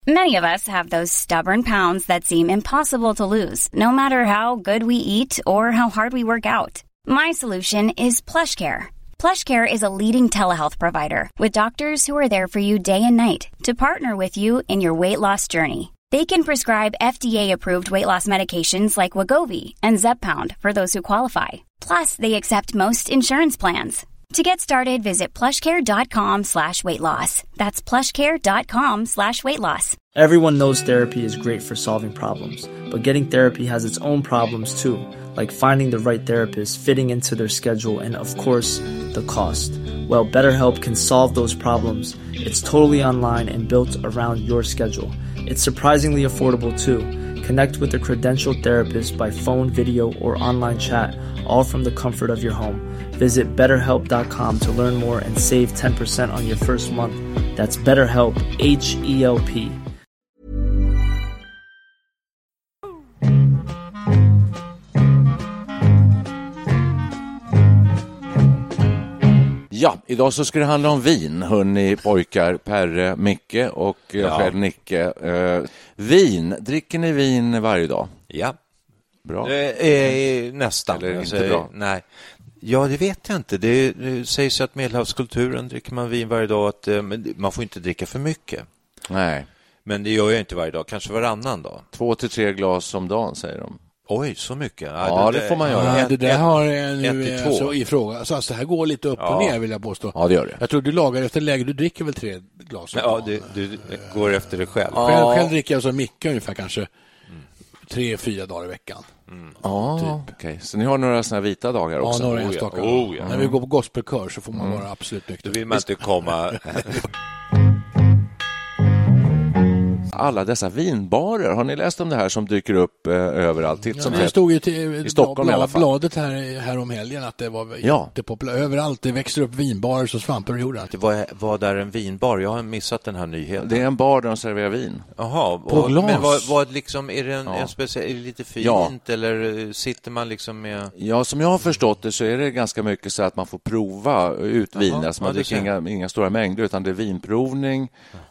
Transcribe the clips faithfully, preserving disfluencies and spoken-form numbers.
Many of us have those stubborn pounds that seem impossible to lose, no matter how good we eat or how hard we work out. My solution is PlushCare. PlushCare is a leading telehealth provider with doctors who are there for you day and night to partner with you in your weight loss journey. They can prescribe F D A-approved weight loss medications like Wegovy and Zepbound for those who qualify. Plus, they accept most insurance plans. To get started, visit plushcare.com slash weight loss. That's plushcare.com slash weight loss. Everyone knows therapy is great for solving problems, but getting therapy has its own problems too, like finding the right therapist, fitting into their schedule, and of course, the cost. Well, BetterHelp can solve those problems. It's totally online and built around your schedule. It's surprisingly affordable too. Connect with a credentialed therapist by phone, video, or online chat, all from the comfort of your home. Visit better help dot com to learn more and save ten percent on your first month. That's BetterHelp, H E L P. Ja, idag så ska det handla om vin, hörni pojkar, Perre, Micke och jag ja. själv Nicke. Uh, vin, dricker ni vin varje dag? Ja. Bra? Eh, eh, nästan. Eller alltså, inte bra? Nej. Ja, det vet jag inte. Det, det sägs att medelhavskulturen dricker man vin varje dag. Att, eh, man får inte dricka för mycket. Nej. Men det gör jag inte varje dag. Kanske varannan dag. Två till tre glas om dagen, säger de. Oj, så mycket. Ja, ja det, det får man göra. Ja, det där ett, har jag nu ett alltså, i fråga. Så alltså, det här går lite upp ja. och ner, vill jag påstå. Ja, det gör det. Jag tror du lagar efter läge. Du dricker väl tre glas? Ja, du, du går efter det själv. Ja. Själv, själv dricker jag som Micke ungefär kanske mm. tre, fyra dagar i veckan. Mm. Ja, typ. Okej. Okay. Så ni har några såna här vita dagar också? Ja, några enstaka. Oh, ja. När vi går på gospelkör så får man mm. vara absolut nykter. Då vill man inte komma... Alla dessa vinbarer, har ni läst om det här som dyker upp eh, överallt? Titt som ja, det stod ju till, i Stockholm blad, i alla fall. Bladet här, här om helgen att det var ja. jättepopulärt. Överallt, det växer upp vinbarer som svampar i jorden. Det var, var där en vinbar? Jag har missat den här nyheten. Det är en bar där de serverar vin. Jaha, på glas. Men vad, vad liksom, är det en, ja. en speciell, är det lite fint ja. eller sitter man liksom med... Ja, som jag har förstått det så är det ganska mycket så att man får prova ut vin. Alltså man ja, dricker inga, inga stora mängder utan det är vinprovning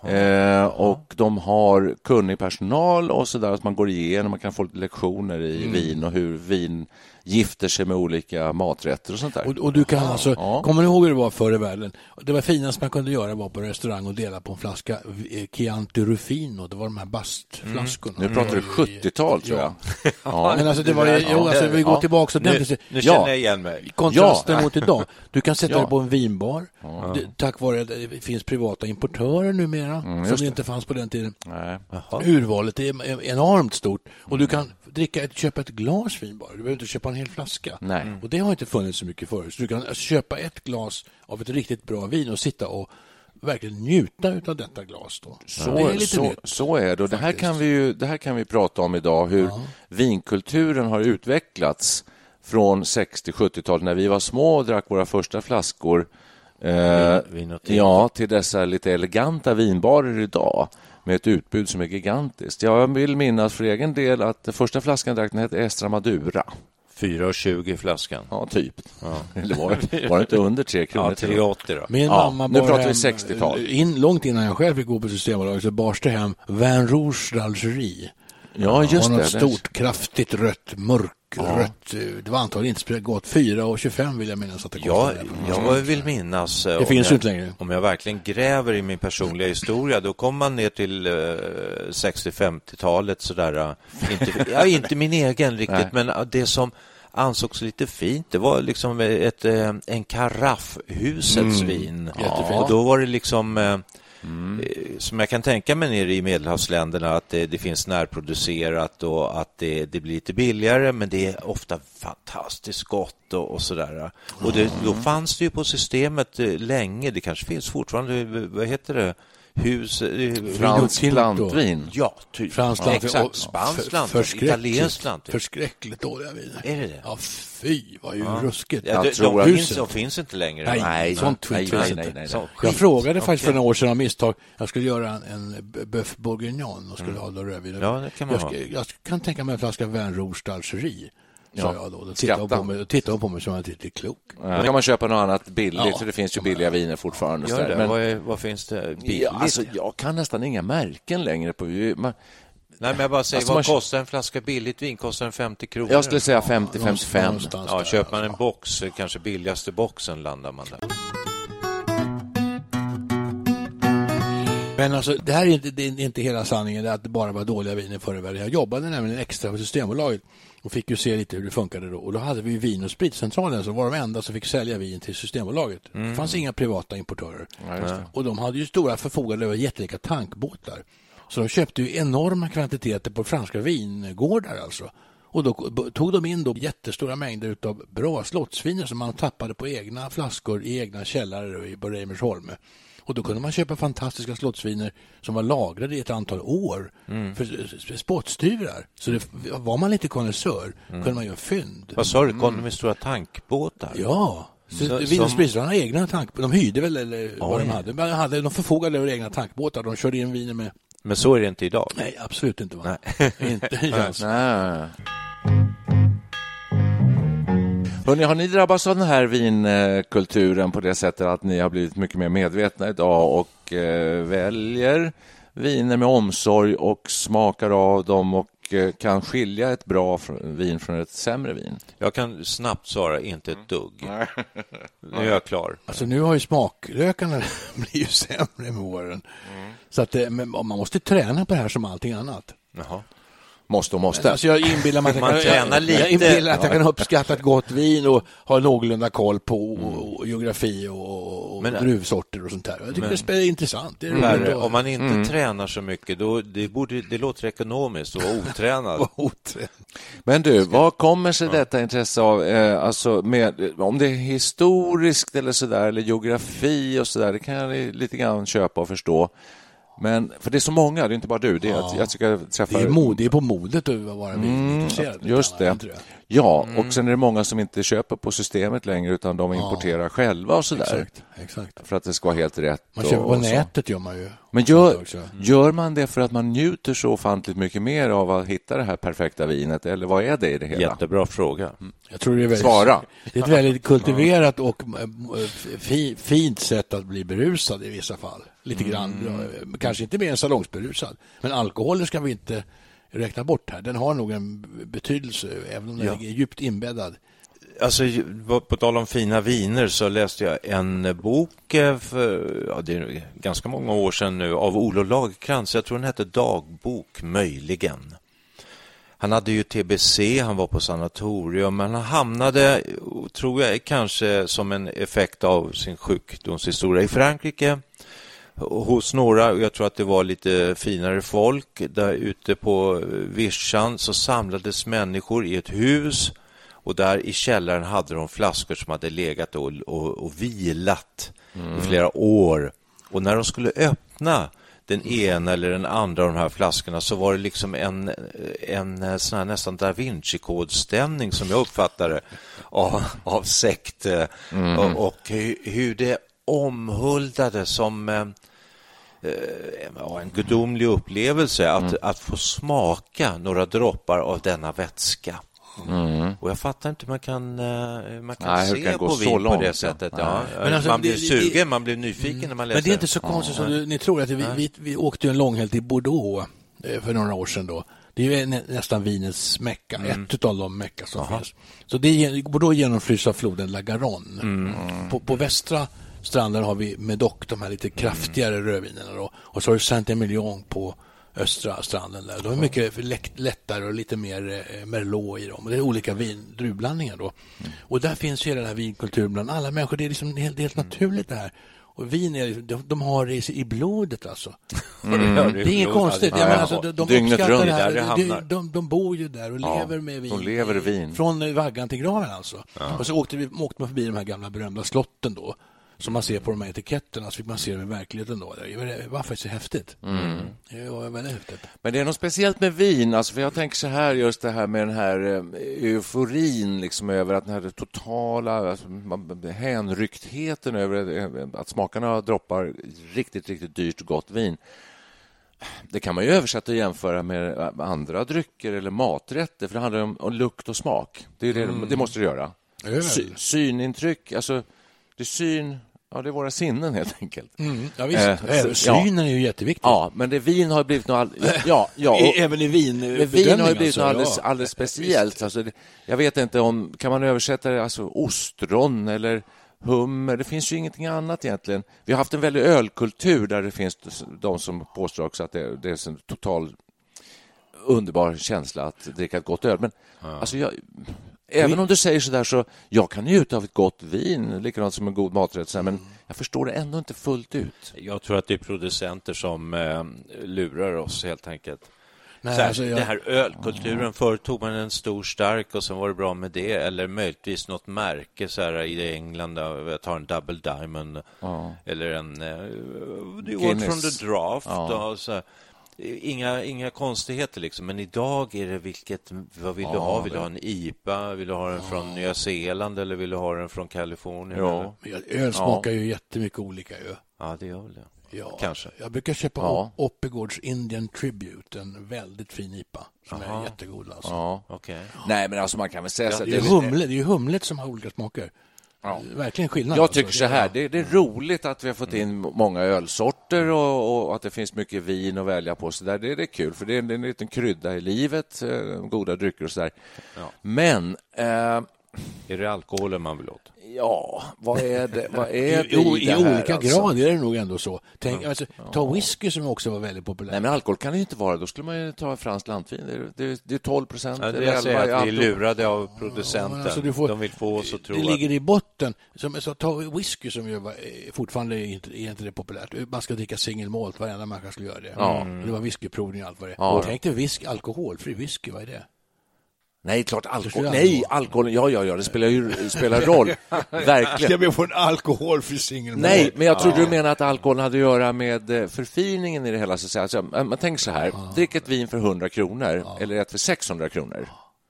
eh, och de har kunnig personal och så där att man går igenom, man kan få lektioner i mm. vin och hur vin gifter sig med olika maträtter och sånt där. Och, och du kan alltså, ja. kommer du ihåg hur det var förr i världen? Det var finast man kunde göra var på restaurang och dela på en flaska Chianti Rufino. Det var de här bastflaskorna. Mm. Nu pratar du sjuttiotal tror jag. Ja. ja. Men alltså det var ju, jo, alltså vi går ja. tillbaka så nu, nu, nu känner jag igen mig. Kontrasten ja. mot idag. Du kan sätta ja. det på en vinbar. Ja. Det, tack vare att det finns privata importörer numera mm, som det inte fanns på den tiden. Nej. Urvalet är enormt stort och du kan dricka ett, köpa ett glas vin bara. Du behöver inte köpa en hel flaska. Nej. Och det har inte funnits så mycket förut. Så du kan köpa ett glas av ett riktigt bra vin och sitta och verkligen njuta av detta glas då. Så, det är lite så, så är det. Och det här kan vi ju, det här kan vi prata om idag, hur ja. vinkulturen har utvecklats från sextio-sjuttiotalet när vi var små och drack våra första flaskor eh, vin ja, till dessa lite eleganta vinbarer idag med ett utbud som är gigantiskt. Jag vill minnas för egen del att den första flaskan drack den hette Estra Madura. fyra tjugo flaskan. Ja, typ. Ja. Det var, var det inte under tre kronor? Ja, tre åttio då. Min ja, mamma nu pratar hem, vi sextiotal. In, långt innan jag själv fick gå på Systembolaget så barste hem Vin Rouge d'Algérie. Ja, just det. det. Stort, kraftigt rött, mörk, ja. rött. Det var antagligen inte gått fyra och tjugofem vill jag minnas att det ja, jag vill minnas. Det finns ju inte längre. Om jag verkligen gräver i min personliga historia, då kommer man ner till uh, sextio-femtiotalet sådär. Inte, ja, inte min egen riktigt, Nej. men det som ansågs lite fint, det var liksom ett, en karaff husets mm. vin. Ja. Och då var det liksom... Mm. som jag kan tänka mig nere i Medelhavsländerna att det, det finns närproducerat och att det, det blir lite billigare, men det är ofta fantastiskt gott och, och sådär. Och det, då fanns det ju på systemet länge, det kanske finns fortfarande, vad heter det? Hus, fransk lantvin. Ja, typ. Fransk lantvin. Exakt, spansk lantvin, italiensk lantvin. Förskräckligt dåliga viner. Är det det? Ja, fy, vad ju ja. ruskigt. Ja, de, de, de, finns, de finns inte längre. Nej, nej, sånt nej, nej, nej, nej, nej. Jag frågade faktiskt okay. för några år sedan av misstag. Jag skulle göra en, en bœuf bourguignon och skulle mm. ha då rödvin. Ja, det kan man jag, ska, jag kan tänka mig en flaska Vin Rouge d'Algérie. sa jag då. Då tittade hon på mig, tittade hon på mig som att jag inte är klok. Ja. Då kan man köpa något annat billigt, Ja, för det finns ju billiga viner fortfarande. Gör det? Men, vad, är, vad finns det billigt? Ja, alltså, jag kan nästan inga märken längre på... Man, Nej, men jag bara säger, alltså, vad man... kostar en flaska billigt vin? Kostar den femtio kronor? Jag skulle säga femtio till femtiofem. Ja, köper man en box, kanske billigaste boxen landar man där. Men alltså, det här är inte, det är inte hela sanningen, det att det bara var dåliga viner förr i världen. Jag jobbade nämligen extra på Systembolaget och fick ju se lite hur det funkade då. Och då hade vi vin- och spritcentralen, så var de enda som fick sälja vin till Systembolaget. Mm. Det fanns inga privata importörer. Ja, och de hade ju stora förfogande över jättelika tankbåtar. Så de köpte ju enorma kvantiteter på franska vingårdar alltså. Och då tog de in då jättestora mängder av bra slottsviner som man tappade på egna flaskor i egna källare på Reimersholm. Och då kunde man köpa fantastiska slottsviner som var lagrade i ett antal år mm. för spottstyvrar. Så det, var man lite konnässör mm. kunde man göra fynd. Vad sa du? Kom de med stora tankbåtar? Ja. Så så, Vin- och Spritcentralen hade egna tankbåtar. De hyrde väl eller Oj. vad de hade. Men de, hade. de förfogade över egna tankbåtar. De körde in viner med... Men så är det inte idag? Nej, absolut inte. Va? Nej. inte Nej. Hörrni, har ni drabbats av den här vinkulturen på det sättet att ni har blivit mycket mer medvetna idag och eh, väljer viner med omsorg och smakar av dem och eh, kan skilja ett bra vin från ett sämre vin? Jag kan snabbt svara, inte ett dugg. Nu är jag klar. Alltså nu har ju smaklökarna blivit sämre med åren. Mm. Så att det, man måste träna på det här som allting annat. Jaha. Måste och måste. Alltså jag inbillar mig att man jag, tränar lite. Jag inbillar att jag kan uppskatta ett gott vin och ha någorlunda koll på och, och geografi och, och men, druvsorter och sånt där. Jag tycker men, det är intressant. Det är mm, om man inte mm. tränar så mycket, då det, borde, det låter ekonomiskt och otränad. Men du, vad kommer sig detta intresse av? Eh, alltså med, om det är historiskt eller sådär, eller geografi och sådär, det kan jag lite grann köpa och förstå. Men för det är så många, det är inte bara du. Det är ja. att jag ska träffa... Det är, mod, det är på modet att vara mm, intresserad. Just det. Ja, mm. och sen är det många som inte köper på systemet längre utan de importerar ja. själva och sådär. Exakt, exakt. För att det ska vara helt rätt. Man köper på och nätet gör man ju. Men gör, mm. gör man det för att man njuter så ofantligt mycket mer av att hitta det här perfekta vinet? Eller vad är det i det hela? Jättebra fråga. Mm. Jag tror det är väldigt, Svara. Det är ett väldigt kultiverat och fi, fint sätt att bli berusad i vissa fall. Lite mm. grann. Kanske inte mer än salongsberusad. Men alkoholen ska vi inte räkna bort här. Den har nog en betydelse även om den ja. är djupt inbäddad. Alltså, på tal om fina viner så läste jag en bok för ja, det är ganska många år sedan nu av Olof Lagercrantz. Jag tror den hette Dagbok, möjligen. Han hade ju T B C, han var på sanatorium, men han hamnade, tror jag, kanske som en effekt av sin sjukdomshistoria i Frankrike. Hos några, och jag tror att det var lite finare folk där ute på Vischan, så samlades människor i ett hus och där i källaren hade de flaskor som hade legat och, och, och vilat mm. i flera år. Och när de skulle öppna den ena eller den andra av de här flaskorna så var det liksom en, en sån här nästan Da Vinci-kodstämning som jag uppfattade av, av sekt mm. och, och hur, hur det omhuldade som eh, eh, en gudomlig upplevelse att, mm. att få smaka några droppar av denna vätska. Mm. Och jag fattar inte man kan man kan Nej, se kan på vin på det sättet. Ja. Men alltså, man blir det, sugen, det, man blir nyfiken mm. när man läser. Men det är inte så konstigt som du, ni tror att vi, vi, vi åkte en långhelg till Bordeaux för några år sedan då. Det är ju nä, nästan vinets mecka, mm. ett av de mecka som Aha. finns. Så det är, Bordeaux genomflyts av floden La Garonne. Mm. På, på västra stranden har vi Médoc, de här lite kraftigare mm. rödvinerna då. Och så har du Saint-Emilion på östra stranden där. De är mycket lättare och lite mer eh, merlot i dem. Och det är olika vin, druvblandningar då. Mm. Och där finns ju den här vinkulturen bland alla människor. Det är liksom helt, helt naturligt det här. Och vin är, de, de har det i blodet alltså. Mm. Det är inget konstigt. Ja, men alltså, de, de Dygnet runt det här. Där det de, de, de bor ju där och ja, lever med vin. De lever vin. Från vaggan till graven alltså. Ja. Och så åkte vi åkte man förbi de här gamla berömda slotten då. Som man ser på de här etiketterna, så fick man se det i verkligheten då. Det var faktiskt häftigt. Mm. Det var väldigt häftigt. Men det är något speciellt med vin. Alltså, för jag tänker så här, just det här med den här euforin liksom, över att den här totala alltså, hänrycktheten över att smakarna droppar riktigt, riktigt dyrt gott vin. Det kan man ju översätta och jämföra med andra drycker eller maträtter, för det handlar om, om lukt och smak. Det, är det, mm. det måste det göra. Sy, synintryck, alltså det är syn, ja, det är våra sinnen helt enkelt. Mm. Ja, visst. Eh, synen ja. är ju jätteviktig. Ja, men det vin har blivit något all... ja, ja, och... även i vin. Men vin har ju blivit alltså, något alldeles, ja. alldeles speciellt. Alltså, det, jag vet inte om kan man översätta det, alltså ostron eller hummer. Det finns ju ingenting annat egentligen. Vi har haft en väldig ölkultur där det finns de som påstår också att det, det är en total underbar känsla att dricka ett gott öl. Men ja. alltså jag, även om du säger så där, så jag kan njuta av ett gott vin, likadant som en god maträtt, så här, men jag förstår det ändå inte fullt ut. Jag tror att det är producenter som eh, lurar oss helt enkelt. Nej, här, alltså jag... Det här ölkulturen, förr tog man en stor stark och sen var det bra med det, eller möjligtvis något märke så här i England, jag tar en Double Diamond ja. eller en uh, Ward from the Draft ja. och så här. Inga, inga konstigheter liksom, men idag är det vilket, vad vill ja, du ha? Vill du ha en I P A? Vill du ha den från ja. Nya Zeeland eller vill du ha den från Kalifornien? Ja. Öl smakar ja. ju jättemycket olika ju. Ja, det gör väl det. Ja, kanske. Jag brukar köpa ja. Oppegårds Indian Tribute, en väldigt fin I P A som Aha. är jättegod alltså. Ja, okej. Okay. Nej, men alltså man kan väl säga ja, så att det är humle, det är ju humlet som har olika smaker. Ja. Verkligen skillnad. Jag tycker alltså. så här, det, det är roligt att vi har fått in många ölsorter och, och att det finns mycket vin att välja på. Så där, det, det är kul, för det är en, en liten krydda i livet, eh, goda drycker och så där. Ja. Men... Eh, är det alkoholen man vill åt? Ja, vad är det? Vad är det I, i, i det olika alltså? grad är det nog ändå så. Tänk, ja. alltså, ta whisky som också var väldigt populär. Nej, men alkohol kan det ju inte vara. Då skulle man ju ta franskt lantvin. Det är, det, det är tolv procent. Ja, det är säga att vi är lurade av producenten. Ja, alltså du får, de vill få oss att tro det att... ligger i botten. Som, så, ta whisky som ju var, fortfarande är inte, är inte det populärt. Man ska dricka single malt, varenda människa skulle göra det. Ja. Mm. Det var whiskyprovning och allt vad det är. Ja. Tänk dig whisky, alkoholfri whisky, vad är det? Nej, klart alkohol. Nej, alkohol. Ja, ja, ja, det spelar ju spelar roll. Verkligen. Ska vi få en alkoholfri singel? Nej, men jag trodde ja. du menade att alkohol hade att göra med förfiningen i det hela. Så att säga. Alltså, man tänker så här, ja. drick ett vin för hundra kronor ja. eller ett för sexhundra kronor.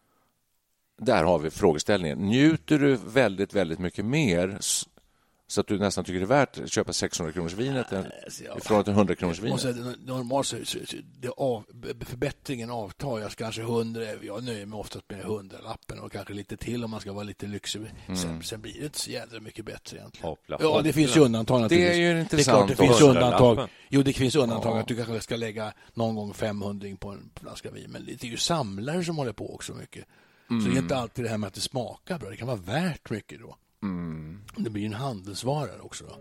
Där har vi frågeställningen. Njuter du väldigt, väldigt mycket mer så att du nästan tycker det är värt att köpa sexhundra kronors vinet ifrån ett hundra kronors vinet? Normalt så, så, så det av, förbättringen avtar. Jag ska kanske hundra, jag nöjer mig oftast med hundralappen och kanske lite till om man ska vara lite lyxig. Mm. Sen, sen blir det inte så jävla mycket bättre egentligen. Hoppla, hoppla. Ja, det finns ju undantag naturligtvis. Det är ju intressant. Det är klart, det finns undantag. Jo, det finns undantag ja. att du kanske ska lägga någon gång femhundra på en flaska vin. Men det är ju samlare som håller på också mycket. Mm. Så det är inte alltid det här med att det smakar bra. Det kan vara värt mycket då. Mm. Det blir en handelsvara också då.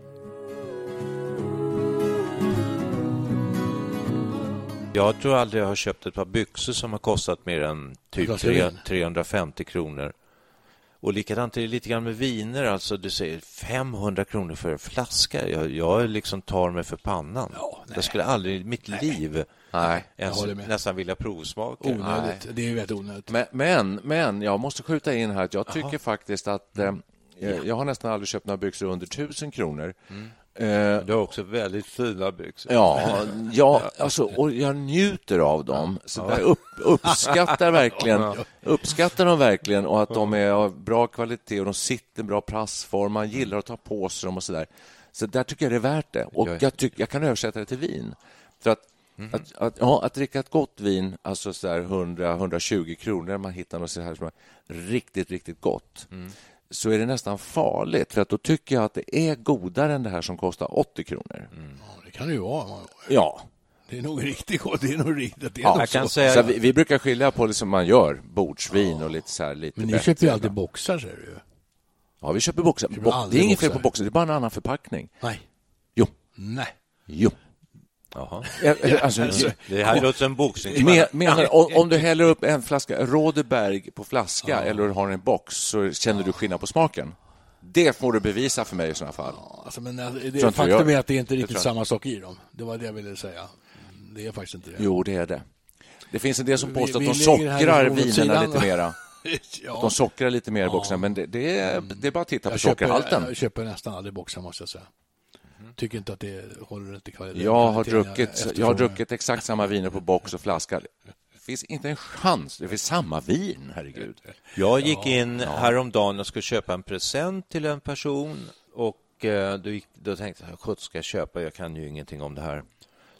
Jag tror aldrig jag har köpt ett par byxor som har kostat mer än typ trehundrafemtio kronor. Och likadant är det lite grann med viner. Alltså du säger femhundra kronor för en flaska. Jag, jag liksom tar mig för pannan. Ja, jag skulle aldrig i mitt nej. liv nej, ens nästan vilja provsmaka. Onödigt. Nej. Det är ju väldigt onödigt. Men, men, men jag måste skjuta in här att jag tycker Aha. faktiskt att eh, jag har nästan aldrig köpt några byxor under tusen kronor. Mm. Uh, du har också väldigt fina byxor. Ja, ja alltså, och jag njuter av dem. Så jag upp, uppskattar verkligen uppskattar dem verkligen och att de är av bra kvalitet och de sitter i bra passform. Man gillar att ta på sig dem och så där. Så där tycker jag det är värt det. Och jag, tycker, jag kan översätta det till vin. För att Mm. Att, att, ja, att dricka ett gott vin, alltså så där hundra till hundratjugo kronor, man hittar något så här som är riktigt, riktigt gott. Mm. Så är det nästan farligt, för att då tycker jag att det är godare än det här som kostar åttio kronor. Mm. Ja, det kan det ju vara. Ja. Det är nog riktigt gott. Det är nog riktigt. Det är ja, jag kan säga, så vi, vi brukar skilja på det som man gör, bordsvin ja. och lite så här lite Men ni bättre. köper ju alltid boxar, säger du. Ja, vi köper boxar. Köper Bo- det är inget fel på boxar, det är bara en annan förpackning. Nej. Jo. Nej. Jo. Jaha. Alltså, det här låter som boxning. Men, menar, om, om du häller upp en flaska Rådeberg på flaska ja. eller har en box så känner du skillnad på smaken. Det får du bevisa för mig i sådana fall. Ja, alltså, men det, faktum är att det är inte riktigt samma sak i dem. Det var det jag ville säga. Det är faktiskt inte det. Jo, det är det. Det finns en del som påstår vi, vi att de sockrar vinerna lite mera. Ja. Att de sockrar lite mer i boxarna, men det, det, är, det är bara att titta på sockerhalten. Jag köper nästan aldrig boxar, måste jag säga. Tycker inte att det håller inte kvalitet. Jag har druckit jag har druckit exakt samma viner på box och flaska. Det finns inte en chans. Det finns samma vin, herregud. Jag gick in häromdagen och skulle köpa en present till en person och då, gick, då tänkte jag, vad ska jag köpa? Jag kan ju ingenting om det här.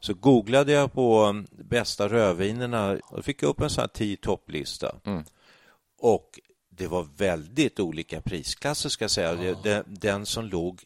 Så googlade jag på bästa rödvinerna och fick jag upp en sån här tio topplista. Mm. Och det var väldigt olika prisklasser ska jag säga. Ja. Den, den som låg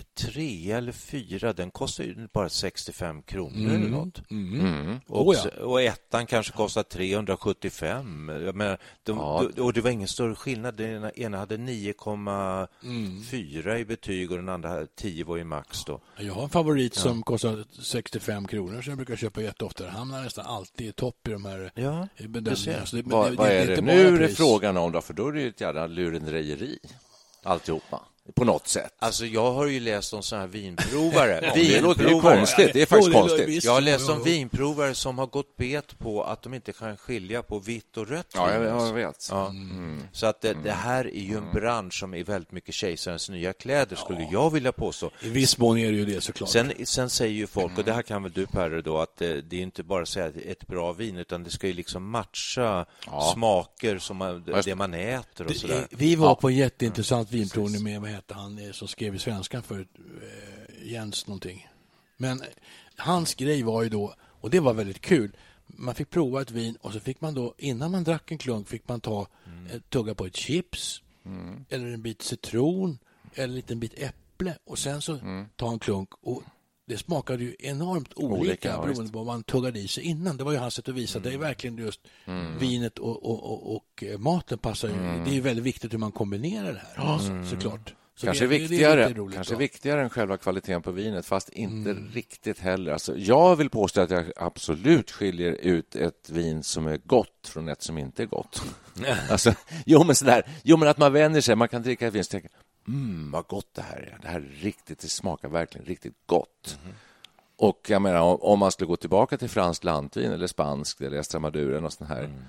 tre eller fyra, den kostar ju bara sextiofem kronor mm. eller något. Mm. Mm. Och, oh ja. och ettan kanske kostar trehundrasjuttiofem. Men de, ja. Och det var ingen större skillnad. Den ena hade nio komma fyra mm. i betyg och den andra tio var i max då. Jag har en favorit ja. som kostar sextiofem kronor som jag brukar köpa jätteofta. Han hamnar nästan alltid i topp i de här ja, bedömningarna. Det, vad det, vad är det, det nu är det frågan om då? För då är det ju ett jävla lurendrejeri alltihopa. På något sätt. Alltså jag har ju läst om sådana här vinprovare. ja, vinprovare. Det låter ju konstigt. Det är faktiskt konstigt. Jag har läst om vinprovare som har gått bet på att de inte kan skilja på vitt och rött. Ja, jag, jag vet. Ja. Mm. Så att det, det här är ju en bransch som är väldigt mycket kejsarens nya kläder, skulle ja. jag vilja påstå. I viss mån är det ju det såklart. Sen, sen säger ju folk, och det här kan väl du Perre då, att det, det är inte bara att säga att ett bra vin, utan det ska ju liksom matcha ja. smaker som man, det man äter och sådär. Vi var ja. på en jätteintressant mm. vinprovning med, vad heter han som skrev i Svenskan för eh, Jens någonting. Men hans grej var ju då, och det var väldigt kul, man fick prova ett vin och så fick man då, innan man drack en klunk fick man ta mm. tugga på ett chips mm. eller en bit citron eller en liten bit äpple och sen så mm. ta en klunk och det smakade ju enormt olika, olika beroende på vad man tuggade i sig innan. Det var ju hans sätt att visa. Mm. Det är verkligen just mm. vinet och, och, och, och maten passar ju. Mm. Det är ju väldigt viktigt hur man kombinerar det här, mm. såklart. Så kanske det, viktigare, det roligt, kanske viktigare än själva kvaliteten på vinet, fast inte mm. riktigt heller. Alltså, jag vill påstå att jag absolut skiljer ut ett vin som är gott från ett som inte är gott. alltså, jo, men sådär. Jo, men att man vänjer sig, man kan dricka ett vin och tänka, mm, vad gott det här är. Det här är riktigt, det smakar verkligen riktigt gott. Mm. Och jag menar, om man skulle gå tillbaka till franskt lantvin eller spanskt eller Extremaduren och sån här mm.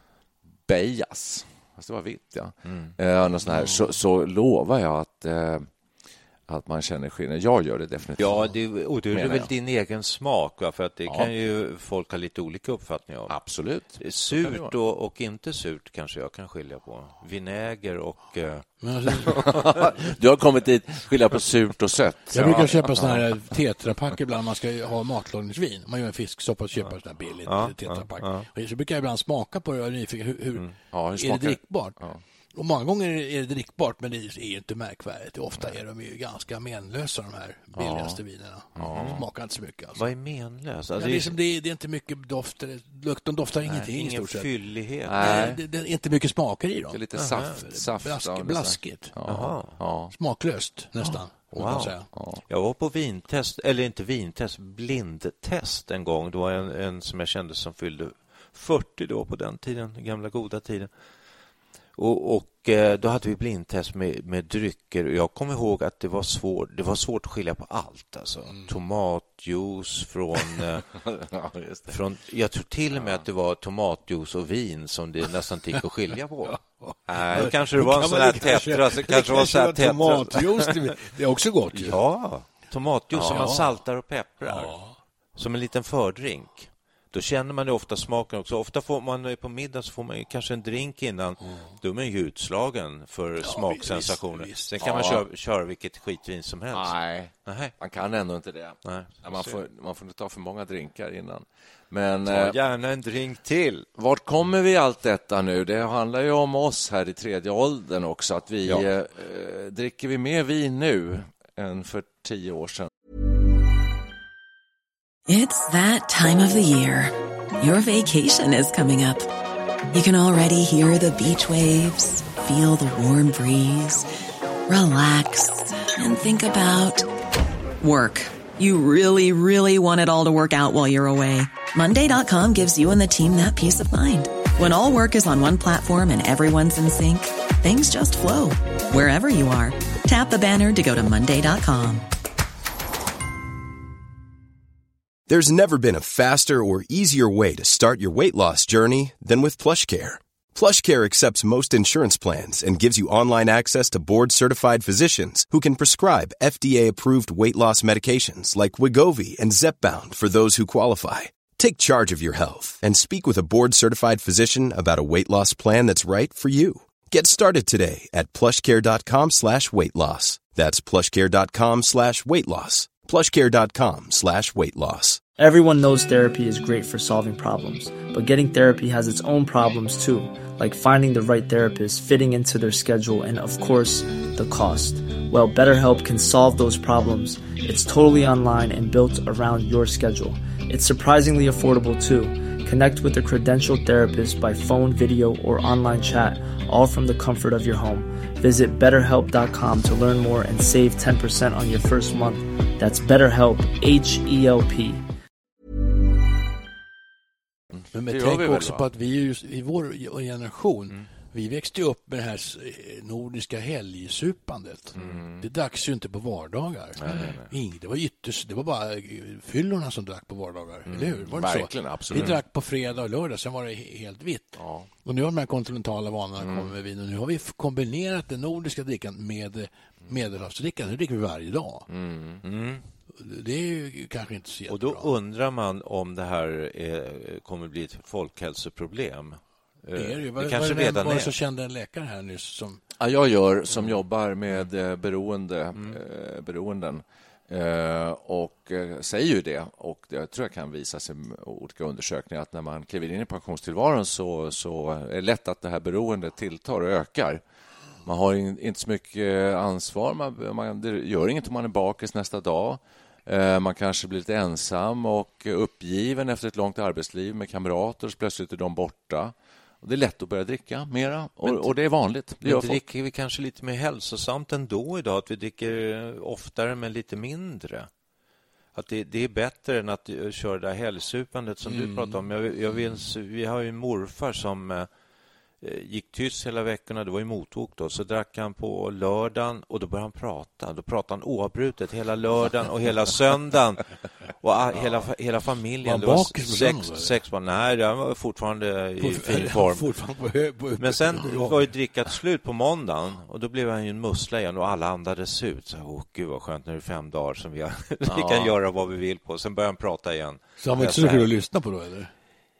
Bejas. Det var vitt, ja. Mm. Eh, något sånt här, så, så lovar jag att, eh, att man känner skillnad. Jag gör det definitivt. Ja, det, och det är väl jag. din egen smak, va? För att det ja. kan ju folk ha lite olika uppfattningar om. Absolut. Surt och, och inte surt kanske jag kan skilja på. Vinäger och... Eh... du har kommit dit, skilja på surt och sött. Jag brukar köpa såna här tetrapack ibland. Man ska ha matlagningsvin. Man gör en fisksoppa och köper sådana här billigt ja, tetrapack. Ja, ja. Så brukar jag ibland smaka på det och är nyfiken. Hur, hur, mm. ja, hur är det drickbart? Ja. Och många gånger är det drickbart, men det är ju inte märkvärdigt. Ofta är de ju ganska menlösa, de här billigaste ja. vinerna. Ja. De smakar inte så mycket. Alltså. Vad är menlösa? Alltså, ja, det, är som det, är, det är inte mycket doft. Lukten doftar nej, ingenting ingen i stort sett. fyllighet. Nej. Det, det är inte mycket smaker i dem. Det är lite saft. saft Blask, blaskigt. Ja. Ja. Smaklöst nästan. Wow. Ja. Jag var på vintest, eller inte vintest, blindtest en gång. Det var en, en som jag kände som fyllde fyrtio då på den tiden, den gamla goda tiden. Och, och då hade vi blindtest med, med drycker och jag kommer ihåg att det var svårt, det var svårt att skilja på allt. Alltså. Mm. Tomatjuice från, ja, just det. från... Jag tror till och med ja. att det var tomatjuice och vin som det nästan gick att skilja på. Ja. Nej, äh, kanske det var en sån här tetra. Så kanske var så här tetra. Tomatjuice, det är också gott. Ju. Ja, tomatjuice ja. som man saltar och pepprar. Ja. Som en liten fördrink. Då känner man det ofta smaken också. Ofta får man på middag så får man kanske en drink innan. Mm. Då är man ju utslagen för ja, smaksensationer. Visst, visst. Sen kan ja. man köra, köra vilket skitvin som helst. Nej, Nej. man kan ändå inte det. Nej. Man, får, man får inte ta för många drinkar innan. Men, ta eh, gärna en drink till. Vart kommer vi allt detta nu? Det handlar ju om oss här i tredje åldern också. Att vi ja. eh, dricker vi mer vin nu än för tio år sedan. It's that time of the year. Your vacation is coming up. You can already hear the beach waves, feel the warm breeze, relax, and think about work. You really, really want it all to work out while you're away. Monday dot com gives you and the team that peace of mind. When all work is on one platform and everyone's in sync, things just flow. Wherever you are, tap the banner to go to Monday dot com. There's never been a faster or easier way to start your weight loss journey than with PlushCare. PlushCare accepts most insurance plans and gives you online access to board-certified physicians who can prescribe F D A-approved weight loss medications like Wegovy and Zepbound for those who qualify. Take charge of your health and speak with a board-certified physician about a weight loss plan that's right for you. Get started today at plushcare.com slash weight loss. That's plushcare.com slash weight loss. plushcare.com slash weight loss. Everyone knows therapy is great for solving problems, but getting therapy has its own problems too, like finding the right therapist, fitting into their schedule, and of course, the cost. Well, BetterHelp can solve those problems. It's totally online and built around your schedule. It's surprisingly affordable too. Connect with a credentialed therapist by phone, video, or online chat, all from the comfort of your home. Visit better help dot com to learn more and save ten percent on your first month. That's BetterHelp, H E L P. Men, men tänk också på att vi just, i vår generation, mm. vi växte upp med det här nordiska helgsupandet. Mm. Det dracks ju inte på vardagar. Nej, nej, nej. Det var ytterst, det var bara fyllorna som drack på vardagar. Mm. Eller hur? Var det verkligen, så? Absolut. Vi drack på fredag och lördag, sen var det helt vitt. Ja. Och nu har de här kontinentala vanorna mm. kommit med vin. Och nu har vi kombinerat den nordiska drickan med medelhavsdrickan. Nu dricker vi varje dag. Mm. Mm. Det är ju kanske inte så jättebra. Och då undrar man om det här är, kommer bli ett folkhälsoproblem. Det är det ju. Var, det kanske var, redan var det är. så kände en läkare här nyss som... Ja, jag gör som jobbar med eh, beroende, mm. eh, beroenden eh, och eh, säger ju det, och det tror jag kan visa sig med olika undersökningar att när man kliver in i pensionstillvaron så, så är det lätt att det här beroendet tilltar och ökar. Man har in, inte så mycket ansvar, man, man det gör inget om man är bakis nästa dag. Man kanske blir lite ensam och uppgiven efter ett långt arbetsliv med kamrater, och plötsligt är de borta. Och det är lätt att börja dricka mera, och, och det är vanligt. Det men dricker vi kanske lite mer hälsosamt ändå idag, att vi dricker oftare men lite mindre. Att det, det är bättre än att köra det här helgsupandet som mm. du pratade om. Jag, jag vet, vi har ju en morfar som gick tyst hela veckorna, det var ju motvok då, så drack han på lördagen och då började han prata. Då pratade han oavbrutet hela lördagen och hela söndagen och ja. hela, hela familjen. Var det var bakis sex, sex barn. Nej, han var fortfarande i fin form. Men sen var ju drickat slut på måndagen och då blev han ju en mussla igen och alla andades ut. Så, åh gud vad skönt, nu är det fem dagar som vi, har, vi kan ja. göra vad vi vill på. Sen började han prata igen. Så han var inte så kul att lyssna på då, eller?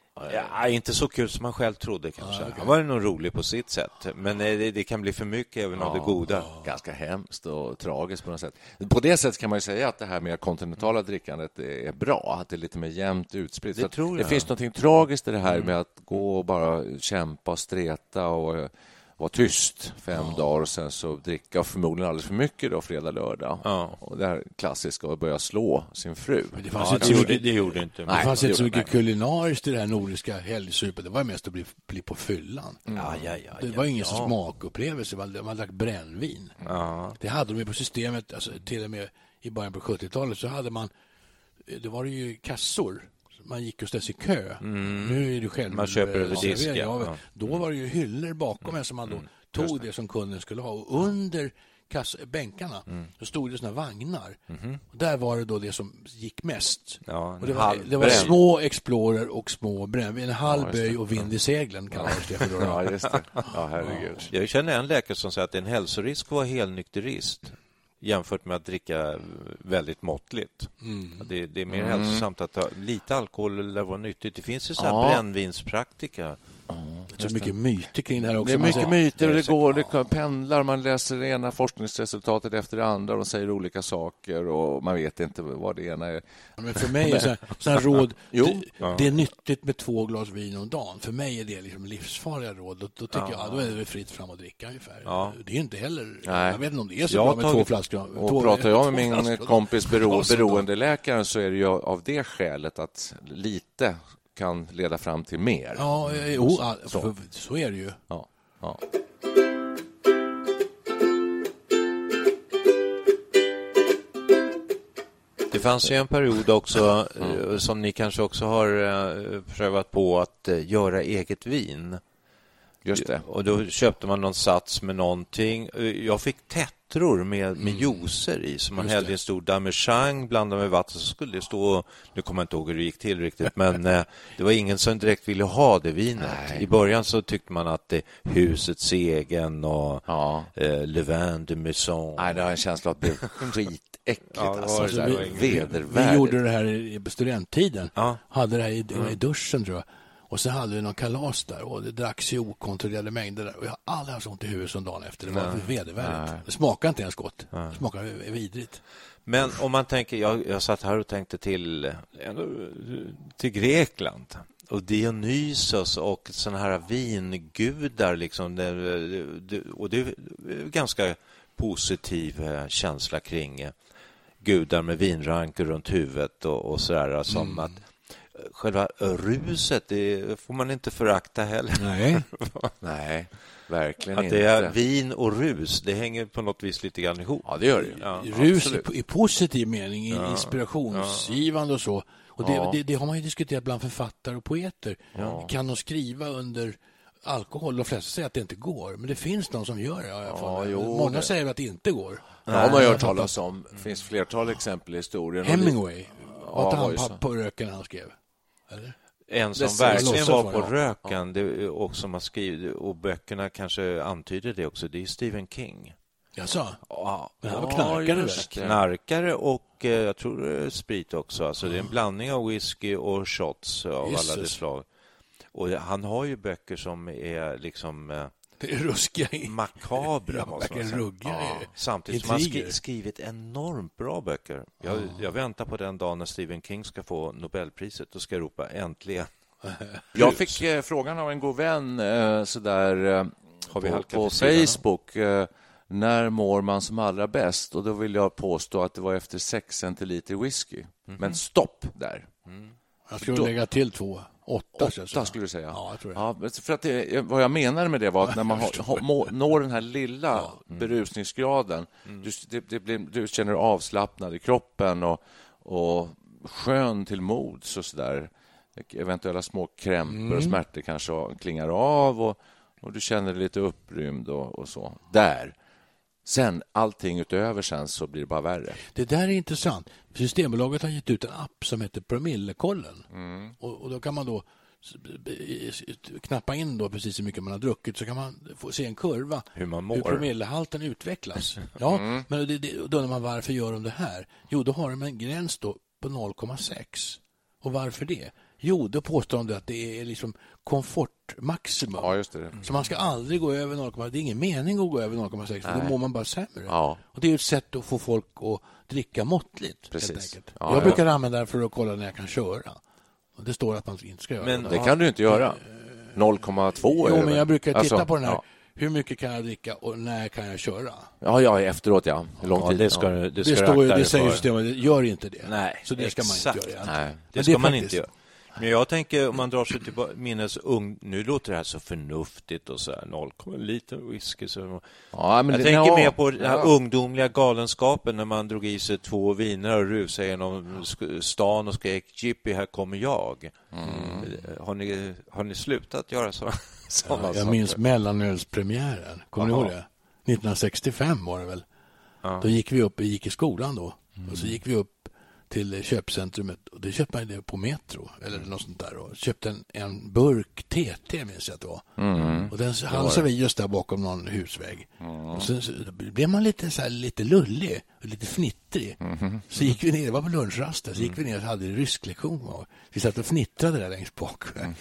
Ja, inte så kul som man själv trodde kanske. Ah, okay. Han var nog rolig på sitt sätt. Men det, det kan bli för mycket även ja, av det goda. Ganska hemskt och tragiskt på något sätt. På det sättet kan man ju säga att det här med kontinentala drickandet är bra. Att det är lite mer jämnt utspritt. Det, tror jag. Det finns något tragiskt i det här mm. med att gå och bara kämpa och streta och vara tyst fem ja. dagar och sen så dricka förmodligen alldeles för mycket då fredag, lördag. Ja. Och det här klassiska att börja slå sin fru. Men det fanns ja, inte det, så gjorde, mycket, det gjorde inte. Det fanns inte så mycket kulinariskt i det här nordiska helgsupet. Det var mest att bli, bli på fyllan. Mm. Ja, ja, ja, det var ja, ingen ja. smakupplevelse. Man, man drack brännvin. Ja. Det hade de ju på systemet, alltså, till och med i början på sjuttiotalet så hade man, det var ju kassor. Man gick och ställde sig i kö. Mm. Nu är det själv. Man köper över disken. Ja. Då var det ju hyllor bakom en som man då mm. tog det. det som kunden skulle ha. Och under kass- bänkarna mm. så stod det såna vagnar. Mm. Och där var det då det som gick mest. Ja, och det var, det var små Explorer och små brännvin. En halv ja, böj och vind i seglen kallades det för då. Ja, just det. Ja, herregud. Ja. Jag känner en läkare som säger att en hälsorisk var helnykterist jämfört med att dricka väldigt måttligt. Mm. Det, det är mer mm. hälsosamt att ta lite alkohol eller vara nyttigt. Det finns ju så här ja. brännvinspraktika. Mm. Det är så mycket myter kring det här också. Det är mycket säger, myter och det går, det pendlar, man läser det ena forskningsresultatet efter det andra och de säger olika saker och man vet inte vad det ena är. Men för mig är så här, så här råd, jo. Det, ja. det är nyttigt med två glas vin om dagen. För mig är det liksom livsfarliga råd. Då, då tycker ja. jag, då är det fritt fram att dricka ungefär. Ja. Det är inte heller, Nej. jag vet inte om det är så jag bra med tagit, två flaskor. Och två, pratar jag med min flaskor, kompis bero, beroendeläkaren så är det ju av det skälet att lite kan leda fram till mer. Ja, jo, så. För, så är det ju. Ja, ja. Det fanns ju en period också mm. som ni kanske också har prövat på att göra eget vin. Just det. Och då köpte man någon sats med någonting. Jag fick tettror med, med juicer i. Så man Just hällde det. en stor damejeanne, blandade med vatten. Så skulle det stå, nu kommer jag inte ihåg hur det gick till riktigt. Men eh, det var ingen som direkt ville ha det vinet. Nej. I början så tyckte man att det husets egen och ja. eh, Le Vin de Maison. Nej, det har en känsla att det blev skitäckligt. Ja, alltså, alltså, vi, vi, vi gjorde det här i studenttiden. Ja. Hade det här i, mm. i duschen tror jag. Och sen hade vi någon kalas där och det dracks i okontrollerade mängder där. Och jag har aldrig haft så ont i huvudet som dagen efter. Det var för vedervärdigt. Det smakar inte ens gott. Det smakar vidrigt. Men om man tänker, jag, jag satt här och tänkte till, till Grekland och Dionysos och såna här vingudar liksom, det, det, och det är ganska positiv känsla kring gudar med vinranker runt huvudet och, och sådär som mm. att själva ruset, det får man inte förakta heller. Nej, Nej verkligen att inte. Det är vin och rus, det hänger på något vis lite grann ihop. Ja, det gör det. Ja, rus i, i positiv mening, ja. inspirationsgivande och så. Och det, ja. det, det har man ju diskuterat bland författare och poeter. Ja. Kan de skriva under alkohol? De flesta säger att det inte går, men det finns någon som gör det. Ja, jo, Många det. säger att det inte går. Ja, har man hört talas om. Det finns flertal exempel i historien. Hemingway, vad ja, han på röken han skrev? Eller? En som det verkligen var på röken, det, och som har skrivit, och böckerna kanske antyder det också, det är Stephen King. Jaså? Ja, men han var knarkare, knarkare och eh, jag tror sprit också. Alltså mm. det är en blandning av whisky och shots av Jesus. alla de slag. Och han har ju böcker som är liksom eh, det är ruskiga makabra, måste man säga. Ja, samtidigt som han skri- skrivit enormt bra böcker. Jag, mm. jag väntar på den dagen när Stephen King ska få Nobelpriset och ska ropa äntligen. Jag fick eh, frågan av en god vän eh, sådär eh, har vi på, på Facebook eh, när mår man som allra bäst, och då vill jag påstå att det var efter sex centiliter whisky. Mm. Men stopp där. Mm. Jag skulle då, lägga till två. Åtta, åtta skulle du säga. Ja, jag tror det. Ja, för att det, vad jag menar med det var att när man har, har, når den här lilla ja. mm. berusningsgraden, mm. du, det, det blir, du känner dig avslappnad i kroppen och, och skön till mods och sådär. Eventuella små krämpor mm. och smärtor kanske klingar av och, och du känner dig lite upprymd och, och så. Där. Sen allting utöver sen så blir det bara värre. Det där är intressant. Systembolaget har gett ut en app som heter Promillekollen. Mm. Och, och då kan man då knappa in då precis hur mycket man har druckit, så kan man få se en kurva hur man mår. Hur promillehalten utvecklas. Ja, mm. men det, det, då undrar man varför gör de det här? Jo, då har de en gräns då på noll komma sex. Och varför det? Jo, då påstår de att det är liksom komfortmaximum. Ja, just det. Mm. Så man ska aldrig gå över noll komma sex. Det är ingen mening att gå över noll komma sex, för då mår man bara sämre. Ja. Och det är ju ett sätt att få folk att dricka måttligt. Precis. Helt enkelt. Ja, jag brukar ja. använda det för att kolla när jag kan köra. Och det står att man inte ska göra. Men det. det kan du inte göra. noll komma två. Jo, men jag brukar titta alltså, på den här. Ja. Hur mycket kan jag dricka och när kan jag köra? Ja, ja efteråt, ja. Hur lång ja, tid? Det, ska, det, det, ska står ju, det säger systemet, gör inte det. Nej, så det ska exakt. man inte göra. Nej, det men ska det man faktiskt... inte göra. Men jag tänker, om man drar sig till minnes ung, nu låter det här så förnuftigt och så här noll komma liter whisky så. Ja, men jag det, tänker ja, mer på den här ja. ungdomliga galenskapen när man drog i sig två viner och rusade genom stan och skrek Jippie, här kommer jag. Mm. Har ni har ni slutat göra så? Ja, jag saker? minns mellanölspremiären. Kommer ni ihåg det? nittonhundrasextiofem var det väl. Ja. Då gick vi upp, vi gick i skolan då. Mm. Och så gick vi upp till köpcentrumet, och det köpte man det på Metro eller mm. något sånt där, och köpte en, en burk T T, minns jag att det var. Mm. Och den halsade vi just där bakom någon husvägg. Mm. Och sen så blev man lite så här, lite lullig och lite fnittrig. Mm. Så gick vi ner, det var på lunchrasten, så gick vi ner och hade rysklektion. Och vi satt och fnittrade där längst bak. Mm.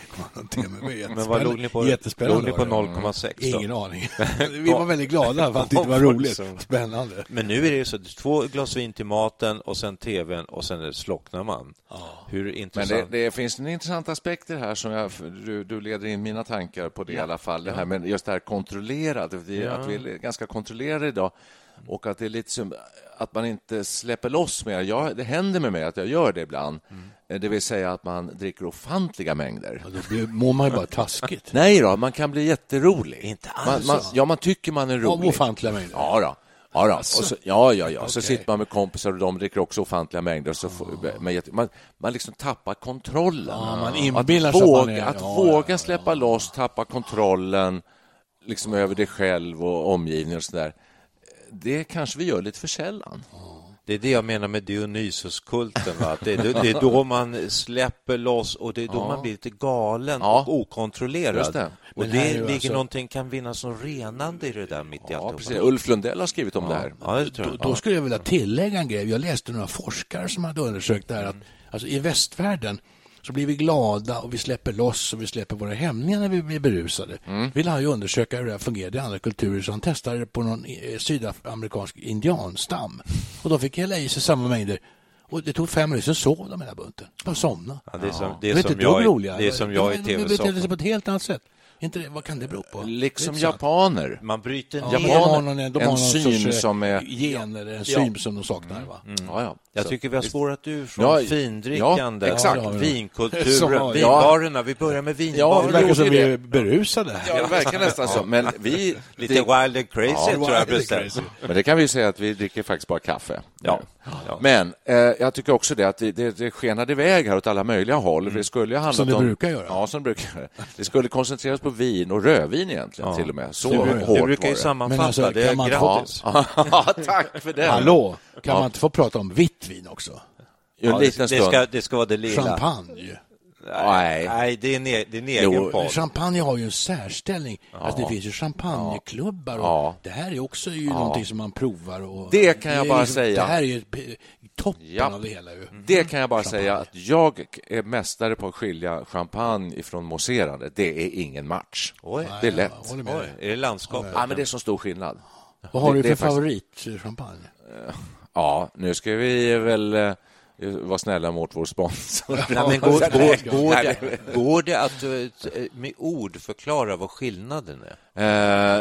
Men vad låg ni på? Låg ni på noll komma sex då? Ingen aning. Vi var väldigt glada för att det var roligt och spännande. Men nu är det så, två glas vin till maten och sen tvn och sen slocknar man. Ja. Hur intressant. Men det, det finns en intressant aspekt här som jag, du, du leder in mina tankar på det ja. i alla fall. Det här med just det här kontrollerat. Vi, ja. Att vi är ganska kontrollerade idag. Och att det är lite som att man inte släpper loss mer. Jag, det händer med mig att jag gör det ibland. Mm. Det vill säga att man dricker ofantliga mängder. Ja, då blir, mår man ju bara taskigt. Nej då, man kan bli jätterolig. Inte alls. Man, man, ja, man tycker man är rolig. Ja, ofantliga mängder. Ja då. Ja, då. Alltså. Och så, ja, ja, ja. Okay. Så sitter man med kompisar och de dricker också ofantliga mängder. Så får, man, man, man liksom tappar kontrollen. Ja, man inbillar att sig våga, att, man är, att ja, våga ja, släppa ja, loss, tappa kontrollen liksom över dig själv och omgivningen och sådär. Det kanske vi gör lite för sällan. Det är det jag menar med Dionysos-kulten. Va? Det, är, det är då man släpper loss och det är då ja. man blir lite galen ja. och okontrollerad. Det. Och det, det ligger alltså... någonting, kan vinna som renande i det där mitt i ja, precis. Ulf Lundell har skrivit om ja. det här. Ja, det tror jag. Då, då skulle jag vilja tillägga en grej. Jag läste några forskare som hade undersökt det här. Att, alltså, i västvärlden så blir vi glada och vi släpper loss och vi släpper våra hämningar när vi blir berusade. Mm. Vill han ju undersöka hur det här fungerade i andra kulturer, så han testade det på någon sydamerikansk indianstam. Och då fick hela i sig samma mängder. Och det tog fem minuter, så sov de hela bunten. Bara somna. Ja, det är som, det är som jag, det är som jag i tv-soffan. Det är på ett helt annat sätt. Inte det, vad kan det bero på? Liksom japaner. Man bryter ja, ner japaner. De har en syn som är gen eller en syn ja. som de saknar, va? Mm. Ja, ja. Jag så. tycker vi har spårat ur från ja, findrickande, ja, exakt. Ja, vinkulturen, vinbarerna. Vi börjar med vinbarerna. Ja, det verkar som vi är berusade. Ja, det verkar nästan så. Men vi lite det, wild and crazy ja, tror jag bestämt. Men det kan vi säga att vi dricker faktiskt bara kaffe. Ja. ja. Men eh, jag tycker också det att det, det, det skenade iväg här åt alla möjliga håll. Mm. Det skulle ju handla som det om, brukar göra. Ja, som det brukar. Det skulle koncentreras på vin och rödvin egentligen ja. till och med. Så det, hårt det brukar ju sammanfatta. Alltså, det är grattis. Ja, tack för det. Hallå, kan ja. man inte få prata om vitt vin också? Jo, ja, det, det, ska, det ska vara det lilla. Champagne. Nej, Nej det är en, det är en egen jo, podd. Champagne har ju en särställning. Ja. Alltså det finns ju champagneklubbar. Och ja. Det här är också ju ja. någonting som man provar. Och det kan jag det bara liksom, säga. Det här är ju toppen ja. av det hela. Ju. Det kan jag bara champagne. säga att jag är mästare på att skilja champagne ifrån mousserande. Det är ingen match. Oj. Det är lätt. Oj, är det landskap? Ja, men det är så stor skillnad. Vad har det, du för favorit champagne? Ja, nu ska vi väl var snälla mot vår sponsor. Nej, men går, går, går, det, går det att med ord förklara vad skillnaden är? Uh,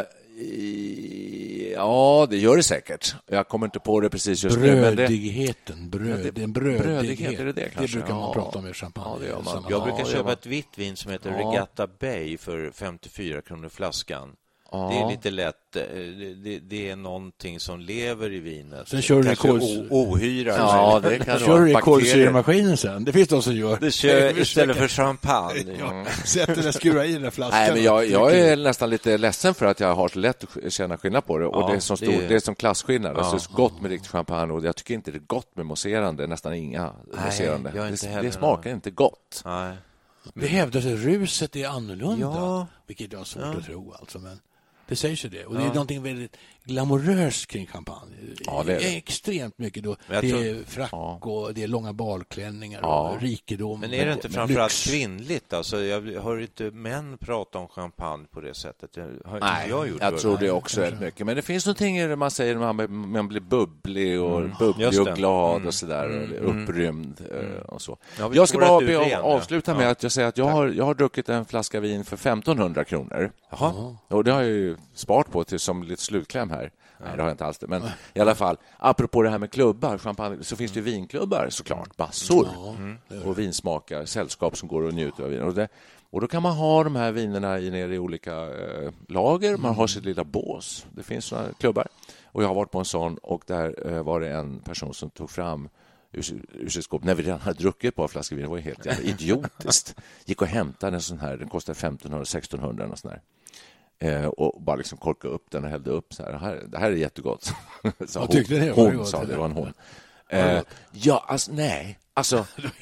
ja, det gör det säkert. Jag kommer inte på det precis just nu. Brödigheten, bröd, det är en brödighet. Är det, det, det brukar man ja. prata om i champagne. Ja, man. Jag brukar ja, köpa ett vitt vin som heter ja. Regatta Bay för femtiofyra kronor flaskan. Ja. Det är lite lätt. Det, det, det är någonting som lever i vinet. Sen kör du kol... ohyra. Ja, det kan kör du i kolsyremaskinen sen. Det finns de som gör. Det kör istället för champagne. Ja. Sätter den skruva i den där flaskan. Nej, men jag, jag är nästan lite ledsen för att jag har så lätt att känna skillnad på det. Och ja, det är som stor, det är, det är som klasskillnad. Ja. Alltså, det är gott med riktigt champagne och jag tycker inte det är gott med mousserande. Nästan inga mousserande. Det, det smakar inte gott. Nej. Vi hävdar att ruset är annorlunda. Ja. Vilket jag har svårt ja. att tro. Alltså, men... Det sägs ju det. Och det är ja. någonting väldigt glamoröst kring champagne. Ja, det är det. Extremt mycket då. Det tror... är frack ja. och det är långa balklänningar ja. och rikedom. Men är det inte framförallt kvinnligt? Alltså, jag har inte män prata om champagne på det sättet. Jag har Nej, jag, gjort jag tror det också är mycket. Men det finns någonting där man säger att man, man blir bubblig och mm. bubblig och glad mm. och sådär. Mm. Upprymd mm. och så. Jag, jag ska bara be att avsluta med ja. att jag säger att jag har, jag har druckit en flaska vin för femtonhundra kronor. Jaha. Och det har jag ju sparat på till som lite slutkläm här. Nej, det har jag inte alls det. Men i alla fall, apropå det här med klubbar, champagne, så finns det vinklubbar såklart, massor. Mm. Och vinsmakar, sällskap som går och njuter av vin. Och, det, och då kan man ha de här vinerna i, nere i olika eh, lager. Man har sitt lilla bås. Det finns sådana klubbar. Och jag har varit på en sån och där eh, var det en person som tog fram ur, ur sitt skåp när vi redan hade druckit på flaskor vin. Det var ju helt jävla idiotiskt. Gick och hämtade en sån här, den kostar femtonhundra sextonhundra och sån här. Eh, och bara liksom korka upp den och hällde upp så här. Det här, det här är jättegott. Så hon, tyckte det hon sa det var en hon. Eh, ja, alltså nej. Alltså,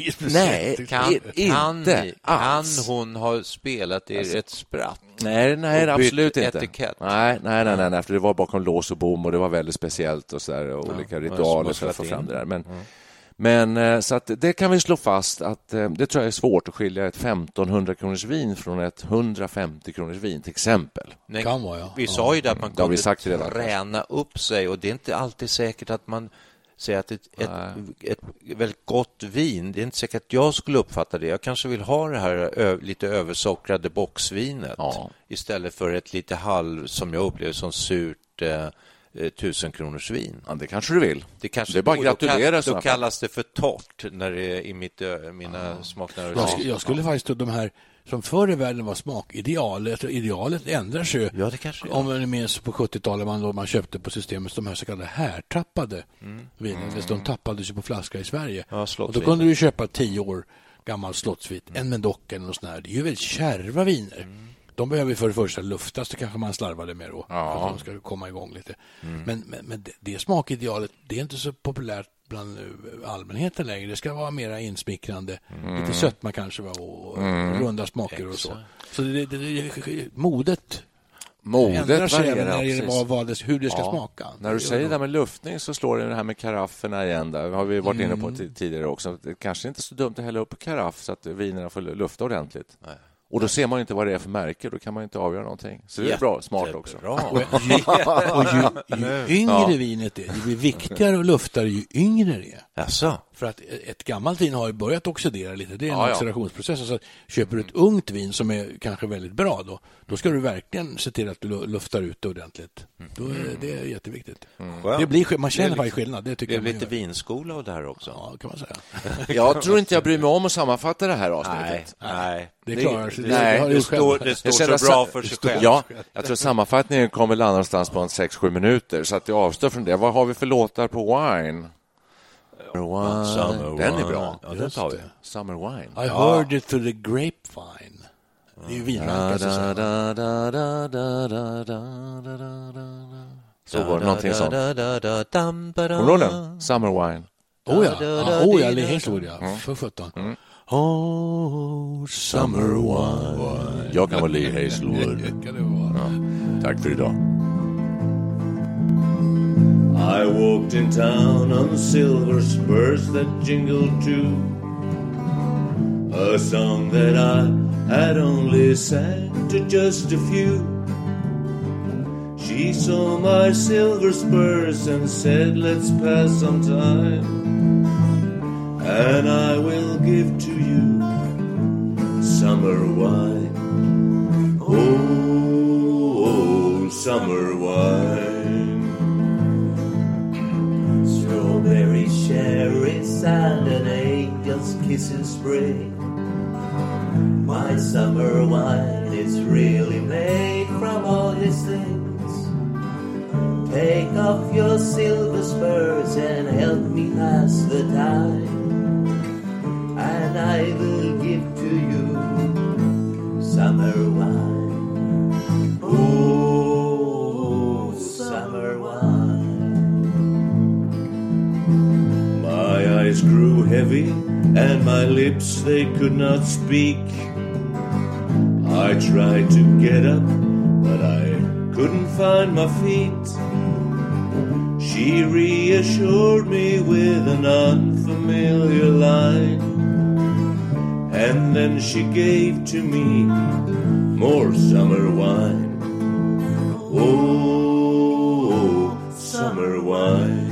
nej, kan, inte kan, kan hon ha spelat er alltså, ett spratt? Nej, nej, absolut inte. Etikett. Nej, nej, nej, nej, nej, för det var bakom lås och bom och det var väldigt speciellt och så där, och ja, olika ritualer för att få fram det där. Men, mm. men så att det kan vi slå fast att det tror jag är svårt att skilja ett femtonhundra kronors vin från ett hundrafemtio kronors vin till exempel. Det kan vara, ja. Vi ja. sa ju det att man kunde sagt träna upp sig och det är inte alltid säkert att man säger att ett, ett, ett väldigt gott vin, det är inte säkert att jag skulle uppfatta det. Jag kanske vill ha det här ö, lite översockrade boxvinet ja. istället för ett lite halv, som jag upplever som surt eh, tusen kronors vin. Ja, det kanske du vill. Det, kanske, det är bara gratulera. Då, då kallas det för torrt när det är i mitt, mina ja. smaknar. Jag, sk- jag skulle faktiskt de här som förr i världen var smakidealet. Idealet ändrar sig. Ja, det kanske om man minns på sjuttiotalet man, då man köpte på systemet de här så kallade härtappade mm. vinen. Mm. De tappades ju på flaska i Sverige. Ja, och då kunde du köpa tio år gammal slottsvit. Mm. En Mendoc eller något sånt här. Det är ju väldigt kärva viner. Mm. De behöver för det första luftas, så kanske man slarvade med då. Ja. För att de ska komma igång lite. Mm. Men, men, men det, det smakidealet, det är inte så populärt bland allmänheten längre. Det ska vara mera insmickrande. Mm. Lite sötma kanske va? Och mm. runda smaker Exakt. och så. Så det, det, det, modet Modet ändrar sig varierar, även när det gäller precis. vad, vad det, hur det ska Ja. smaka. När du säger det där med luftning så slår det det här med karafferna igen. Där har vi varit inne på t- tidigare också. Det kanske inte är så dumt att hälla upp karaff så att vinerna får lufta ordentligt. Nej. Och då ser man inte vad det är för märke. Då kan man inte avgöra någonting. Så det är bra, smart också. Och ju, och ju, ju yngre ja. vinet är, det blir viktigare och luftare ju yngre det är. Jaså? För att ett gammalt vin har ju börjat oxidera lite. Det är en ja, ja. oxidationsprocess. Så att köper du ett ungt vin som är kanske väldigt bra då, då ska du verkligen se till att du luftar ut det ordentligt. Då är det är jätteviktigt. Mm. Det blir, man känner varje skillnad. Det tycker det är jag lite vinskola och där också. Ja, kan man säga. Jag tror inte jag bryr mig om att sammanfatta det här avsnittet. Nej, nej. Det klarar sig. Det, nej, det, det, det står, det står så bra för sig själv. Ja, jag tror sammanfattningen kommer landa någonstans på en sex sju minuter. Så att jag avstår från det. Vad har vi för låtar på Wine? Wine. Summer Den wine. är bra. Ja, den tar vi. Summer Wine. I heard it through the grapevine. Det är ju vinranka. Så var det någonting sånt. Kommer du den? Summer Wine. Oh ja, ah, oh ja, det är helt ord, ja. För sjutton. Mm. Oh, summer wine. Jag kan vara Lee Hazelwood. Kan det vara. Ja. Tack för idag. I walked in town on silver spurs that jingled too, a song that I had only sang to just a few. She saw my silver spurs and said, let's pass some time, and I will give to you summer wine. Oh, oh summer wine. Strawberry, cherry, sand, and angel's kiss in spring. My summer wine is really made from all these things. Take off your silver spurs and help me pass the time, and I will give to you summer wine. Oh, summer wine. My eyes grew heavy and my lips, they could not speak. I tried to get up, but I couldn't find my feet. She reassured me with an unfamiliar line, and then she gave to me more summer wine. Oh, summer wine.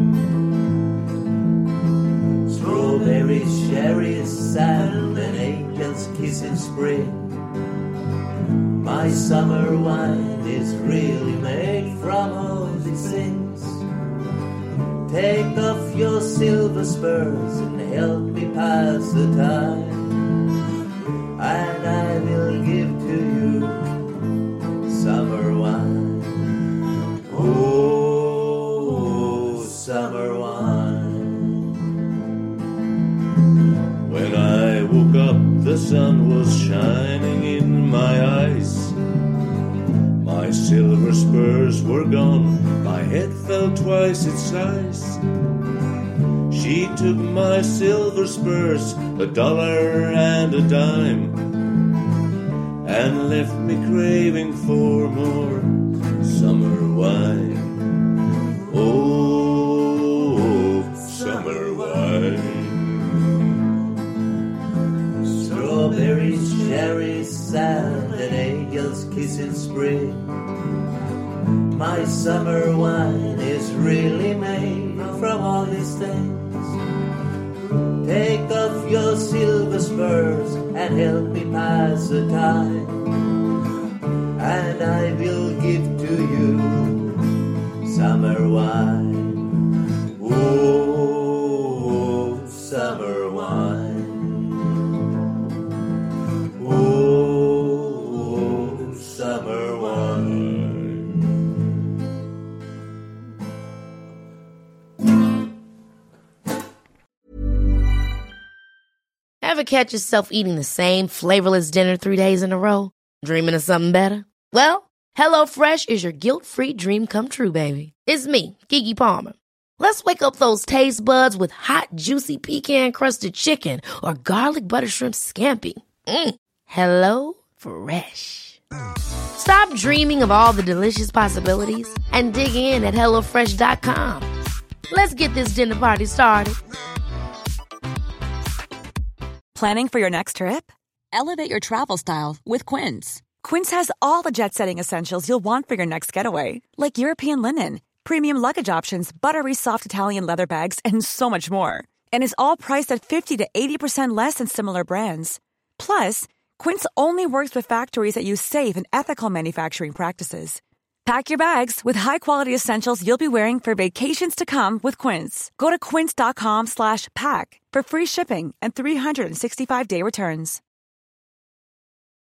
Strawberries, cherries, sand, and angel's kiss in spring. My summer wine is really made from all these things. Take off your silver spurs and help me pass the time, and I will give to you summer wine. Oh, summer wine. When I woke up, the sun was shining in my eyes. My silver spurs were gone, my head fell twice its size. She took my silver spurs, a dollar and a dime, and left me craving for more summer wine. Oh, summer wine. Strawberries, cherries, sand, and angel's kiss in spring. My summer wine is really made from all these things. Take off your silver spurs and help me pass the time, and I will give to you summer wine. Oh, summer wine. Oh, summer wine. Ever catch yourself eating the same flavorless dinner three days in a row? Dreaming of something better? Well, HelloFresh is your guilt-free dream come true, baby. It's me, Keke Palmer. Let's wake up those taste buds with hot, juicy pecan-crusted chicken or garlic butter shrimp scampi. Mm. Hello Fresh. Stop dreaming of all the delicious possibilities and dig in at hello fresh dot com. Let's get this dinner party started. Planning for your next trip? Elevate your travel style with Quince. Quince has all the jet-setting essentials you'll want for your next getaway, like European linen, premium luggage options, buttery soft Italian leather bags, and so much more. And is all priced at fifty to eighty percent less than similar brands. Plus, Quince only works with factories that use safe and ethical manufacturing practices. Pack your bags with high-quality essentials you'll be wearing for vacations to come with Quince. Go to quince dot com slash pack for free shipping and three sixty-five day returns.